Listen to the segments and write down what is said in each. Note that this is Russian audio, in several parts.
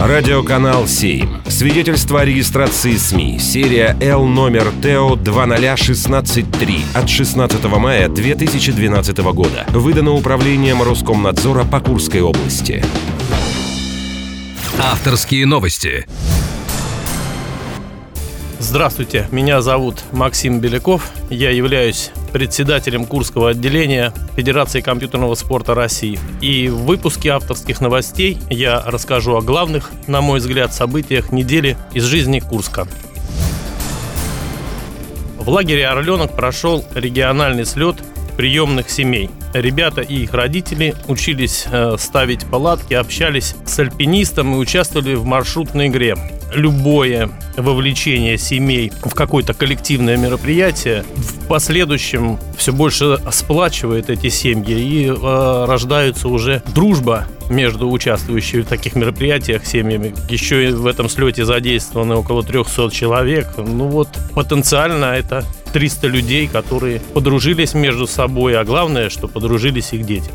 Радиоканал 7. Свидетельство о регистрации СМИ. Серия Л номер ТО 20163 от 16 мая 2012 года. Выдано Управлением Роскомнадзора по Курской области. Авторские новости. Здравствуйте, меня зовут Максим Беляков. Я являюсь председателем Курского отделения Федерации компьютерного спорта России. И в выпуске авторских новостей я расскажу о главных, на мой взгляд, событиях недели из жизни Курска. В лагере «Орленок» прошел региональный слет приемных семей. Ребята и их родители учились ставить палатки, общались с альпинистом и участвовали в маршрутной игре. Любое вовлечение семей в какое-то коллективное мероприятие в последующем все больше сплачивает эти семьи, и рождается уже дружба между участвующими в таких мероприятиях семьями. Еще и в этом слете задействованы около 300 человек. Потенциально это 300 людей, которые подружились между собой, а главное, что подружились их дети.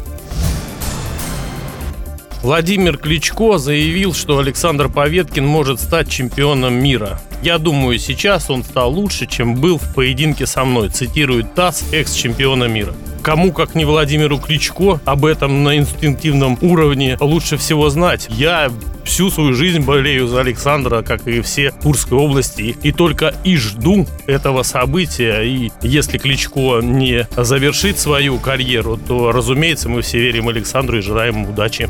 Владимир Кличко заявил, что Александр Поветкин может стать чемпионом мира. «Я думаю, сейчас он стал лучше, чем был в поединке со мной», цитирует ТАСС экс-чемпиона мира. Кому, как не Владимиру Кличко, об этом на инстинктивном уровне лучше всего знать. Я всю свою жизнь болею за Александра, как и все Курской области, и только и жду этого события. И если Кличко не завершит свою карьеру, то, разумеется, мы все верим Александру и желаем ему удачи.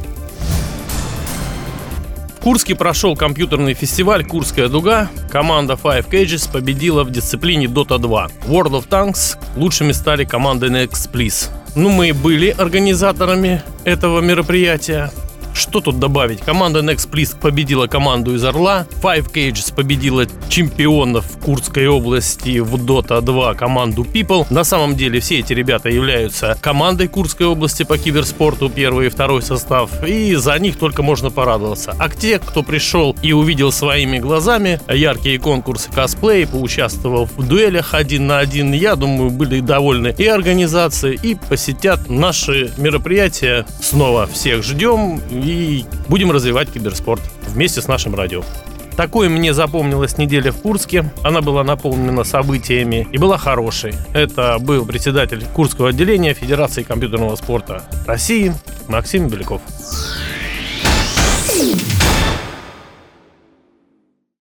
В Курске прошел компьютерный фестиваль «Курская дуга». Команда Five Cages победила в дисциплине Dota 2. World of Tanks лучшими стали команды Next Please. Мы были организаторами этого мероприятия. Что тут добавить? Команда Next Please победила команду из Орла. Five Cages победила чемпионов Курской области в Dota 2 команду People. На самом деле все эти ребята являются командой Курской области по киберспорту, первый и второй состав, и за них только можно порадоваться. А те, кто пришел и увидел своими глазами яркие конкурсы косплей, поучаствовал в дуэлях 1 на 1, я думаю, были довольны и организацией, и посетят наши мероприятия снова. Всех ждем и будем развивать киберспорт вместе с нашим радио. Такой мне запомнилась неделя в Курске. Она была наполнена событиями и была хорошей. Это был председатель Курского отделения Федерации компьютерного спорта России Максим Беляков.